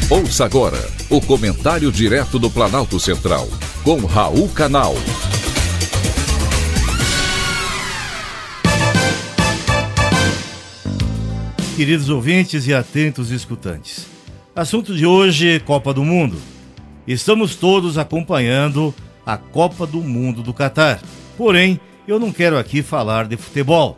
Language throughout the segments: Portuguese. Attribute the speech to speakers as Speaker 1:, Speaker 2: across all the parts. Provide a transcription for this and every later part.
Speaker 1: Ouça agora o comentário direto do Planalto Central, com Raul Canal.
Speaker 2: Queridos ouvintes e atentos escutantes, assunto de hoje, Copa do Mundo. Estamos todos acompanhando a Copa do Mundo do Catar. Porém, eu não quero aqui falar de futebol,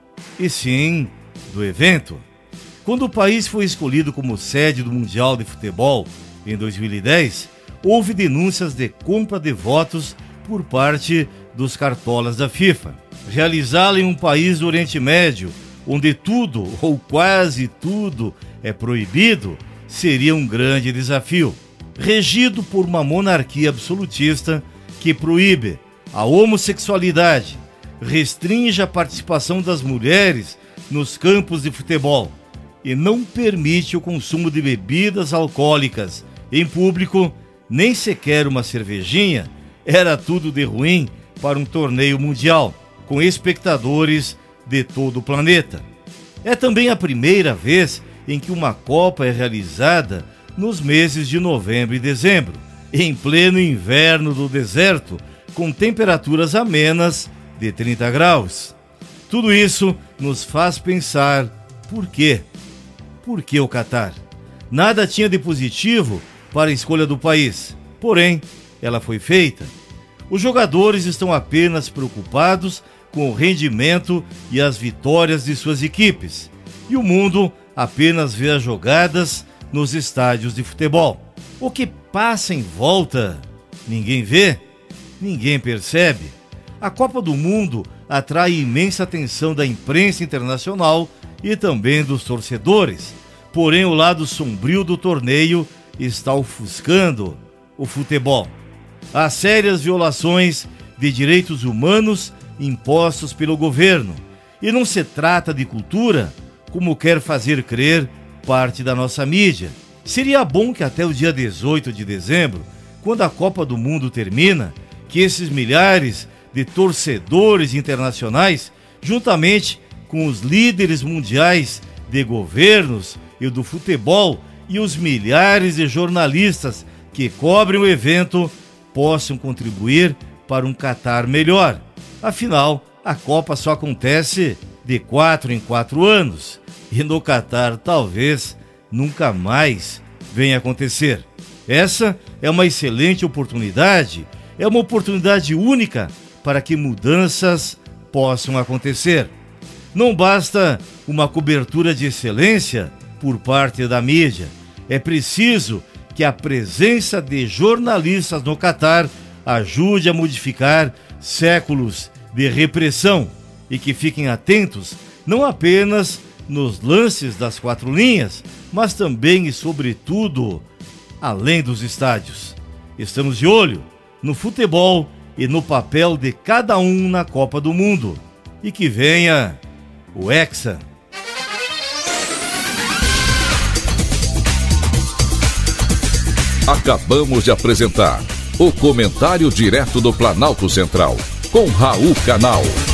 Speaker 2: e sim do evento. Quando o país foi escolhido como sede do Mundial de Futebol em 2010, houve denúncias de compra de votos por parte dos cartolas da FIFA. Realizá-la em um país do Oriente Médio, onde tudo ou quase tudo é proibido, seria um grande desafio. Regido por uma monarquia absolutista que proíbe a homossexualidade, restringe a participação das mulheres nos campos de futebol e não permite o consumo de bebidas alcoólicas em público, nem sequer uma cervejinha, era tudo de ruim para um torneio mundial, com espectadores de todo o planeta. É também a primeira vez em que uma Copa é realizada nos meses de novembro e dezembro, em pleno inverno do deserto, com temperaturas amenas de 30 graus. Tudo isso nos faz pensar por quê? Por que o Catar? Nada tinha de positivo para a escolha do país, porém, ela foi feita. Os jogadores estão apenas preocupados com o rendimento e as vitórias de suas equipes, e o mundo apenas vê as jogadas nos estádios de futebol. O que passa em volta, ninguém vê, ninguém percebe. A Copa do Mundo atrai imensa atenção da imprensa internacional e também dos torcedores, porém o lado sombrio do torneio está ofuscando o futebol. Há sérias violações de direitos humanos impostos pelo governo, e não se trata de cultura, como quer fazer crer parte da nossa mídia. Seria bom que até o dia 18 de dezembro, quando a Copa do Mundo termina, que esses milhares de torcedores internacionais, juntamente com os líderes mundiais de governos e do futebol e os milhares de jornalistas que cobrem o evento, possam contribuir para um Catar melhor. Afinal, a Copa só acontece de 4 em 4 anos e no Catar talvez nunca mais venha acontecer. Essa é uma excelente oportunidade, é uma oportunidade única para que mudanças possam acontecer. Não basta uma cobertura de excelência por parte da mídia, é preciso que a presença de jornalistas no Catar ajude a modificar séculos de repressão e que fiquem atentos não apenas nos lances das 4 linhas, mas também e sobretudo além dos estádios. Estamos de olho no futebol e no papel de cada um na Copa do Mundo. E que venha o Hexa.
Speaker 1: Acabamos de apresentar o comentário direto do Planalto Central, com Raul Canal.